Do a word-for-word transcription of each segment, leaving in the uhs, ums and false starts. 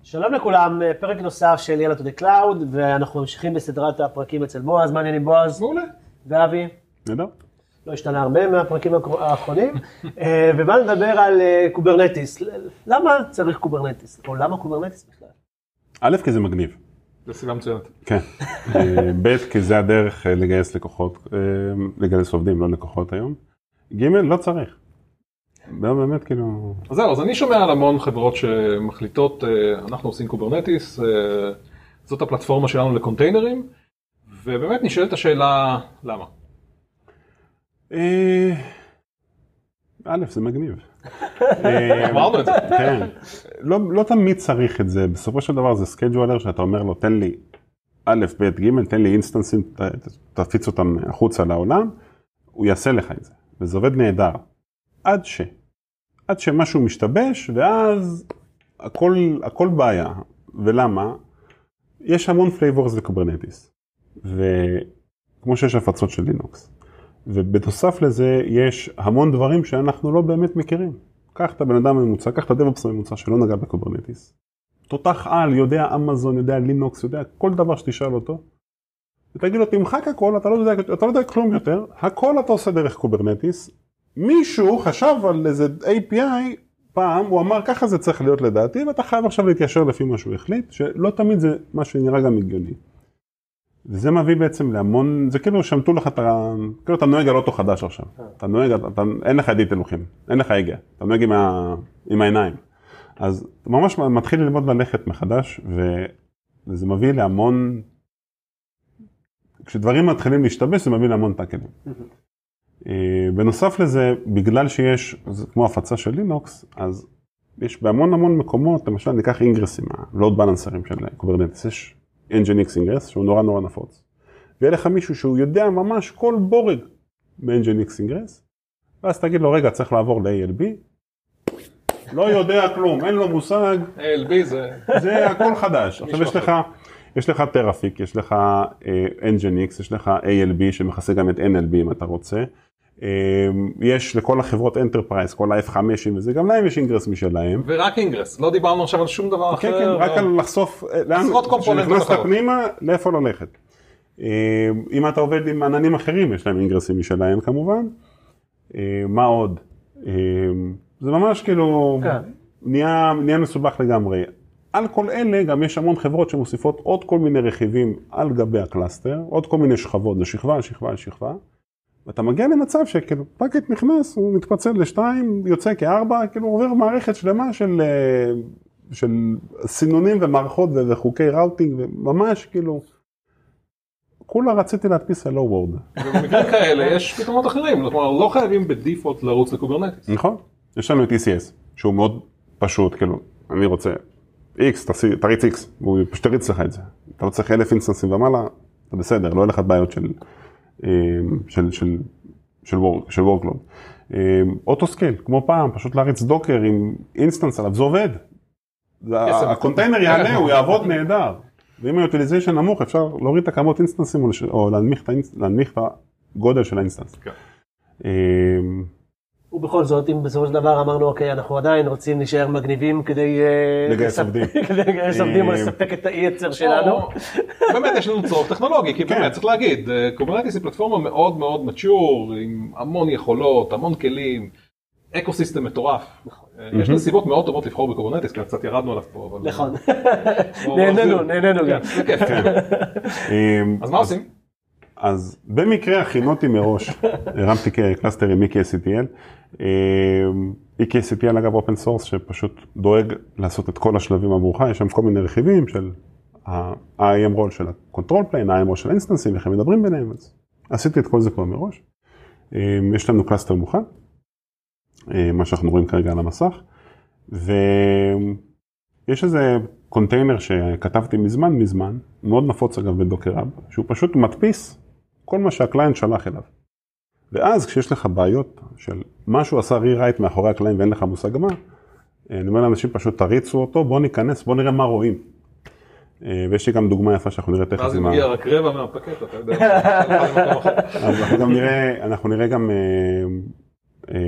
שלום לכולם, פרק נוסף של יאללה to the cloud, ואנחנו ממשיכים בסדרת הפרקים אצל בועז. מה העניינים בועז? מעולה. ואבי? נדע. לא השתנה הרבה מהפרקים האחרונים, ובא נדבר על קוברנטיס. למה צריך קוברנטיס? או למה קוברנטיס בכלל? א', כי זה מגניב. זה סיבה מצוינת. כן. ב', כי זה הדרך לגייס לקוחות, לגייס עובדים, לא לקוחות היום. ג', לא צריך. באמת כאילו... אז זהו, אז אני שומע על המון חברות שמחליטות, אנחנו עושים קוברנטיס, זאת הפלטפורמה שלנו לקונטיינרים, ובאמת נשאלת השאלה, למה? א', זה מגניב. אמרנו את זה. כן. לא תמיד צריך את זה, בסופו של דבר זה סקייג'ואלר שאתה אומר לו, תן לי א', ב', ג', תן לי אינסטנסים, תפיץ אותם החוצה לעולם, הוא יעשה לך את זה, וזה עובד נהדר. עד ש, עד שמשהו משתבש, ואז הכל, הכל בעיה. ולמה? יש המון פלייבורס לקוברנטיס, וכמו שיש הפצות של לינוקס. ובנוסף לזה, יש המון דברים שאנחנו לא באמת מכירים. קח את הבן אדם הממוצע, קח את הדבופס הממוצע שלא נגע בקוברנטיס. תותח על, יודע אמזון, יודע לינוקס, יודע כל דבר שתשאל אותו. ותגיד לו, תמחק הכל, אתה לא יודע, אתה לא יודע כלום יותר, הכל אתה עושה דרך קוברנטיס. מישהו חשב על איזה איי פי איי פעם, הוא אמר ככה זה צריך להיות לדעתי, ואתה חייב עכשיו להתיישר לפי מה שהוא החליט, שלא תמיד זה מה שנראה גם הגיוני. וזה מביא בעצם להמון, זה כאילו שמתו לך, אתה, כאילו אתה נוהג על אוטו חדש עכשיו, אתה נוהג, אתה, אין לך ידית אלוהים, אין לך הגה, אתה נוהג עם, ה, עם העיניים. אז אתה ממש מתחיל ללמוד ללכת מחדש, וזה מביא להמון, כשדברים מתחילים להשתבש, זה מביא להמון טאקלים. בנוסף לזה, בגלל שיש, כמו הפצה של לינוקס, אז יש בהמון המון מקומות, למשל ניקח אינגרסים, הלוד בלנסרים של קוברנטיס, יש Nginx אינגרס, שהוא נורא נורא נפוץ. ויהיה לך מישהו שהוא יודע ממש כל בורג מ-Nginx אינגרס, ואז תגיד לו, רגע, צריך לעבור ל-איי אל בי, לא יודע כלום, אין לו מושג. איי אל בי זה... זה הכל חדש. עכשיו יש לך... יש לך טראפיק, יש לך Nginx, יש לך איי אל בי שמכסה גם את אן אל בי אם אתה רוצה. יש לכל החברות אנטרפרייז, כל ה-אף חמש וזה, גם להם יש אינגרס משלהם. ורק אינגרס, לא דיברנו עכשיו על שום דבר אחר. כן, כן, רק על לחשוף, עשרות קומפוננטות אחרות. פנימה, לאיפה ללכת. אם אתה עובד עם עננים אחרים, יש להם אינגרסים משלהם כמובן. מה עוד? זה ממש כאילו, נהיה מסובך לגמרי. על כל אלה גם יש המון חברות שמוסיפות עוד כל מיני רכיבים על גבי הקלאסטר, עוד כל מיני שכבות, זה שכבה על שכבה על שכבה, ואתה מגיע למצב שכאילו פקט נכנס, הוא מתפצל לשתיים, יוצא כארבע, כאילו עובר מערכת שלמה של, של סינונים ומערכות וחוקי ראוטינג, וממש כאילו, כולה רציתי להדפיס הלו וורד. ובמקרים כאלה יש פתרונות אחרים, כלומר לא חייבים בדיפולט לרוץ לקוברנטיס. נכון, יש לנו את אי סי אס, שהוא מאוד פשוט, כאילו, אני רוצה... X, תריץ X, והוא פשוט תריץ לך את זה. אתה לא צריך אלף אינסטנסים ומעלה, זה בסדר, לא הולכת בעיות של, של, של, של, וורק, של וורקלוד. אוטוסקייל, כמו פעם, פשוט להריץ דוקר עם אינסטנס עליו, זה עובד. הקונטיינר יעלה, הוא יעבוד נהדר. ואם היוטיליזיישן נמוך, אפשר להוריד את הכמות אינסטנסים, או להנמיך את הגודל של האינסטנס. ובכל זאת, אם בסופו של דבר אמרנו, אוקיי, אנחנו עדיין רוצים להישאר מגניבים כדי לגייס עובדים. כדי לגייס עובדים או לספק את היצר שלנו. באמת יש לנו צורך טכנולוגי, כי באמת צריך להגיד, קוברנטיס היא פלטפורמה מאוד מאוד מצ'ור, עם המון יכולות, המון כלים, אקוסיסטם מטורף. יש לנו סיבות מאוד טובות לבחור בקוברנטיס, כי קצת ירדנו עליו פה. נכון. נהננו, נהננו גם. זה כיף. אז מה עושים? אז במקרה הכינותי מראש, הרמתי קלאסטר עם אי קיי אס טי אל. אי קיי אס טי אל אגב אופן סורס שפשוט דואג לעשות את כל השלבים עבורך, יש שם כל מיני רכיבים של ה-איי אם רול של ה-control plane, ה-איי אם רול של האינסטנסים, איך הם מדברים ביניהם, אז עשיתי את כל זה כבר מראש. יש לנו קלאסטר מוכן, מה שאנחנו רואים כרגע על המסך, ויש איזה קונטיינר שכתבתי מזמן מזמן, מאוד נפוץ אגב בדוקר האב, שהוא פשוט מדפיס כל מה שהקליינט שלח אליו. ואז כשיש לך בעיות של משהו עשה רי-רייט מאחורי הקליינט ואין לך מושג מה, אני אומר לאנשים פשוט תריצו אותו, בוא ניכנס, בוא נראה מה רואים. ויש לי גם דוגמה יפה שאנחנו נראה תכף. ואז אם מגיע רק רבע מהפקט, אתה יודע. אז אנחנו גם נראה, אנחנו נראה גם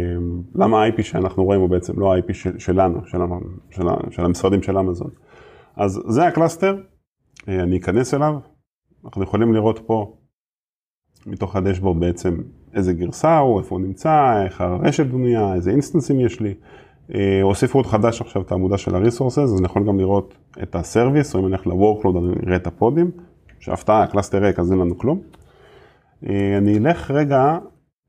למה ה-איי פי שאנחנו רואים הוא בעצם לא ה-איי פי שלנו, של המשרדים של אמזון. אז זה הקלאסטר, אני אכנס אליו, אנחנו יכולים לראות פה מתוך הדשבורד בעצם איזה גרסה הוא, איפה הוא נמצא, איך הרשת בנויה, איזה אינסטנסים יש לי. הוסיפו עוד חדש עכשיו את העמודה של ה-resources, אז אני יכול גם לראות את ה-service, או אם אני הולך ל-workload, אני אראה את הפודים, שהפתעה, הקלאסטר ריק, אז אין לנו כלום. אני אלך רגע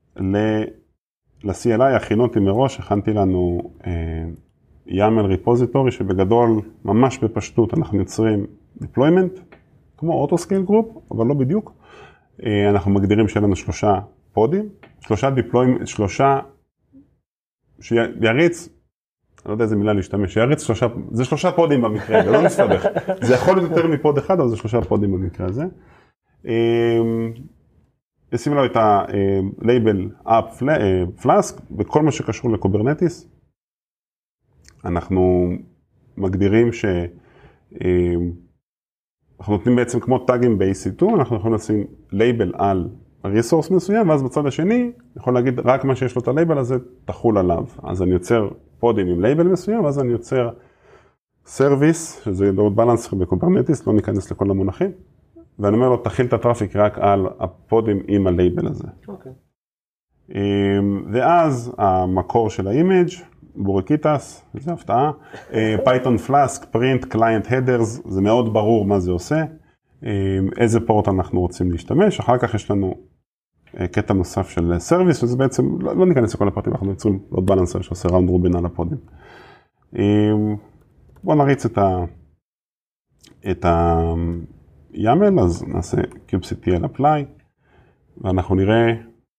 ל-סי אל איי, הכינותי מראש, הכנתי לנו יאמל ריפוזיטורי, שבגדול, ממש בפשטות, אנחנו יוצרים deployment, כמו Autoscale Group, אבל לא בדיוק. אנחנו מגדירים שיהיה לנו שלושה פודים, שלושה deployment, שלושה, שיריץ, אני לא יודע איזה מילה להשתמש, שיריץ שלושה, זה שלושה פודים במקרה, זה לא נסתבך. זה יכול להיות יותר מפוד אחד, אבל זה שלושה פודים במקרה הזה. ישים לו את ה-label up flask, וכל מה שקשור לקוברנטיס, אנחנו מגדירים ש... אנחנו נותנים בעצם כמו טאגים ב-איי סי טו, אנחנו יכולים לשים לייבל על ריסורס מסוים, ואז בצד השני, יכול להגיד רק מה שיש לו את הלייבל הזה, תחול עליו. אז אני יוצר פודים עם לייבל מסוים, ואז אני יוצר סרוויס, שזה load balancer בקוברנטיס, לא ניכנס לכל המונחים, ואני אומר לו, תכיל את הטראפיק רק על הפודים עם הלייבל הזה. אוקיי. ואז המקור של האימג' בורקיטס, זו הפתעה, פייתון פלאסק, פרינט, קליינט הדרס, זה מאוד ברור מה זה עושה, איזה פורט אנחנו רוצים להשתמש, אחר כך יש לנו קטע נוסף של סרוויס, וזה בעצם, לא, לא ניכנס לכל הפרטים, אנחנו יוצרים עוד בלנסר שעושה ראונד רובין על הפודים. בואו נריץ את ה... את ה-יאמל, אז נעשה kubectl apply, ואנחנו נראה,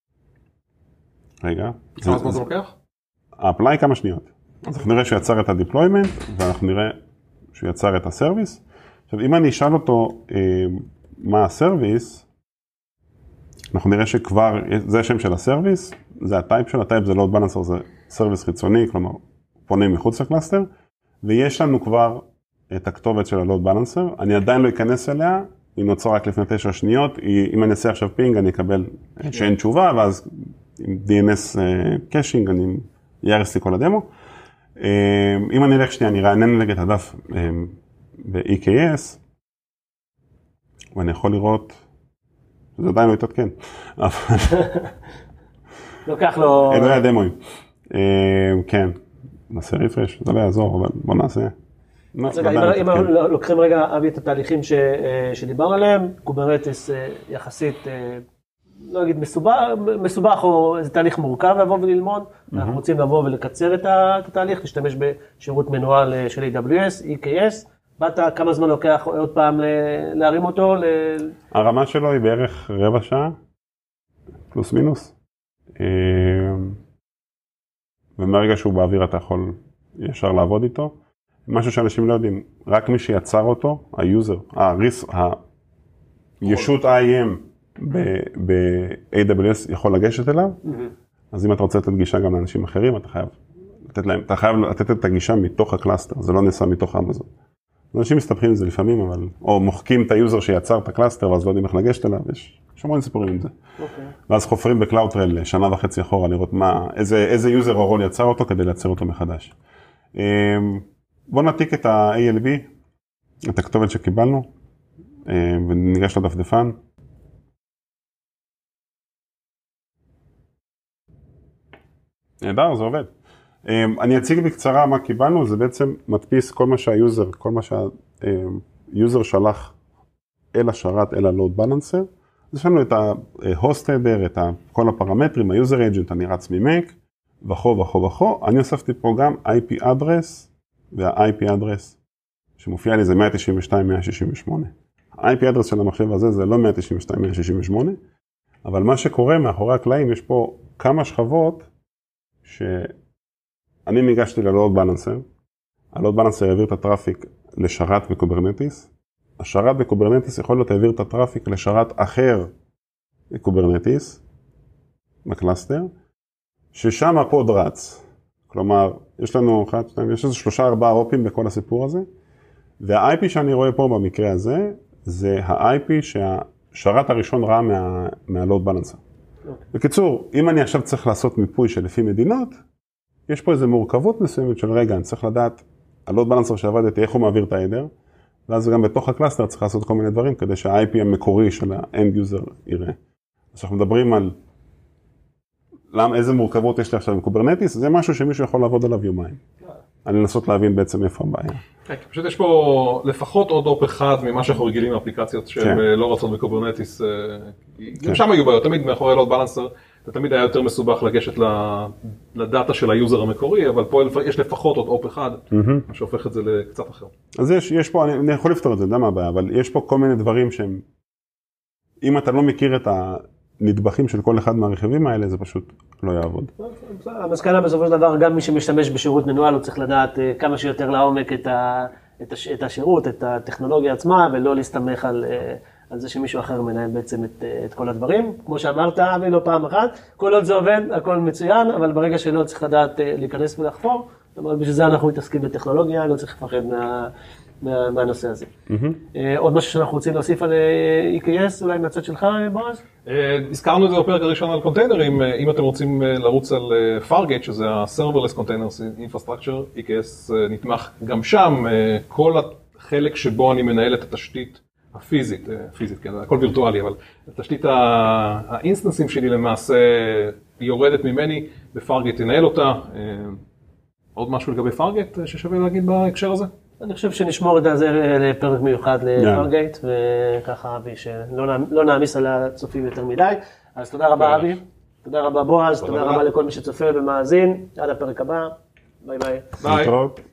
רגע. כמה זמן זה לוקח? ה-apply כמה שניות. אז אנחנו נראה שהוא יצר את ה-deployment, ואנחנו נראה שהוא יצר את ה-service. עכשיו, אם אני אשאל אותו אה, מה ה-service, אנחנו נראה שכבר, זה השם של ה-service, זה הטייפ של הטייפ, זה load balancer, זה service חיצוני, כלומר, פונה מחוץ לקלאסטר, ויש לנו כבר את הכתובת של ה-load balancer, אני עדיין לא אכנס אליה, היא נוצר רק לפני תשע שניות, אם אני אעשה עכשיו פינג, אני אקבל שאין תשובה, ואז עם די אן אס קאשינג, אני יארס לי כל הדמו. אם אני אלך שנייה, אני רענן את הדף ב-אי קיי אס, ואני יכול לראות, זה עדיין לא יתעדכן. לוקח לו... אלוהי הדמוים. כן, נעשה ריפרש, זה לא יעזור, אבל בוא נעשה. אם לוקחים רגע, אבי, את התהליכים שדיברנו עליהם, קוברנטיס יחסית, לא אגיד מסובך או איזה תהליך מורכב לבוא וללמוד, אנחנו רוצים לבוא ולקצר את התהליך, להשתמש בשירות מנוהל של איי דאבליו אס, אי קיי אס, באת כמה זמן לוקח עוד פעם להרים אותו? הרמה שלו היא בערך רבע שעה, פלוס מינוס, ומהרגע שהוא באוויר אתה יכול ישר לעבוד איתו. משהו שאנשים לא יודעים, רק מי שיצר אותו, היוזר, הריס, הישות איי אם ב-איי דאבליו אס יכול לגשת אליו, אז אם אתה רוצה לתת גישה גם לאנשים אחרים, אתה חייב לתת להם, אתה חייב לתת את הגישה מתוך הקלאסטר, זה לא נעשה מתוך אמזון. אנשים מסתבכים עם זה לפעמים, אבל, או מוחקים את היוזר שיצר את הקלאסטר, ואז לא יודעים איך לגשת אליו, יש המון סיפורים עם זה. ואז חופרים בקלאודטרל שנה וחצי אחורה, לראות מה, איזה יוזר או רול יצר אותו, כדי לייצר אותו מחדש. בואו נעתיק את ה-איי אל בי, את הכתובת שקיבלנו, וניגש לדפדפן. נהדר, זה עובד. אני אציג בקצרה מה קיבלנו, זה בעצם מדפיס כל מה שהיוזר, כל מה שהיוזר שלח אל השרת, אל ה-load balancer. אז יש לנו את ה-host header, את כל הפרמטרים, ה-user agent, אני רץ ממק, וכו וכו וכו. אני הוספתי פה גם איי פי address, וה-איי פי address שמופיע לי זה מאה תשעים ושתיים נקודה מאה שישים ושמונה. ה-איי פי address של המחשב הזה זה לא מאה תשעים ושתיים נקודה מאה שישים ושמונה, אבל מה שקורה מאחורי הקלעים, יש פה כמה שכבות שאני ניגשתי ל-load balancer, ה-load balancer העביר את הטראפיק לשרת בקוברנטיס, השרת בקוברנטיס יכול להיות העביר את הטראפיק לשרת אחר בקוברנטיס, בקלאסטר, ששם הפוד רץ. כלומר, יש לנו אחת, שתיים, יש איזה שלושה ארבעה אופים בכל הסיפור הזה, וה-איי פי שאני רואה פה במקרה הזה, זה ה-איי פי שהשרת הראשון ראה מה, מה-load balancer. Okay. בקיצור, אם אני עכשיו צריך לעשות מיפוי של לפי מדינות, יש פה איזו מורכבות מסוימת של רגע, אני צריך לדעת, ה-load balancer שעבדתי, איך הוא מעביר את ההדר, ואז גם בתוך הקלאסטר צריך לעשות כל מיני דברים, כדי שה-איי פי המקורי של ה-end user יראה. אז אנחנו מדברים על למה, איזה מורכבות יש לי עכשיו עם קוברנטיס, זה משהו שמישהו יכול לעבוד עליו יומיים. אני לנסות להבין בעצם איפה הבעיה. פשוט יש פה לפחות עוד אופ אחד ממה שאנחנו רגילים מאפליקציות שהן לא רצות בקוברנטיס. גם שם היו בעיות, תמיד מאחורי לוד בלנסר, זה תמיד היה יותר מסובך לגשת לדאטה של היוזר המקורי, אבל פה יש לפחות עוד אופ אחד, מה שהופך את זה לקצת אחר. אז יש, יש פה, אני יכול לפתור את זה, יודע מה הבעיה, אבל יש פה כל מיני דברים שהם, אם אתה לא מכיר את הנדבכים של כל אחד מהרכיבים האלה, זה פשוט לא יעבוד. המסקנה בסופו של דבר, גם מי שמשתמש בשירות מנוהל, הוא צריך לדעת כמה שיותר לעומק את, ה, את, הש, את השירות, את הטכנולוגיה עצמה, ולא להסתמך על, על זה שמישהו אחר מנהל בעצם את, את כל הדברים. כמו שאמרת, אבי, לא פעם אחת, כל עוד זה עובד, הכל מצוין, אבל ברגע שלא צריך לדעת להיכנס ולחפור, זאת אומרת, בשביל זה אנחנו מתעסקים בטכנולוגיה, לא צריך לפחד מה, מה, מהנושא הזה. Mm-hmm. עוד משהו שאנחנו רוצים להוסיף על אי קיי אס, אולי מהצד שלך, בועז? הזכרנו את זה בפרק הראשון על קונטיינרים, אם אתם רוצים לרוץ על Fargate, שזה ה-Serverless Containers Infrastructure, אי קיי אס נתמך גם שם, כל החלק שבו אני מנהל את התשתית הפיזית, פיזית, כן, הכל וירטואלי, אבל התשתית האינסטנסים שלי למעשה יורדת ממני, בפארגייט תנהל אותה. עוד משהו לגבי פארגייט ששווה להגיד בהקשר הזה? אני חושב שנשמור את זה לפרק מיוחד לפארגייט, וככה אבי, שלא נעמיס על הצופים יותר מדי. אז תודה רבה אבי, תודה רבה בועז, תודה רבה לכל מי שצופה ומאזין, עד הפרק הבא, ביי ביי. ביי.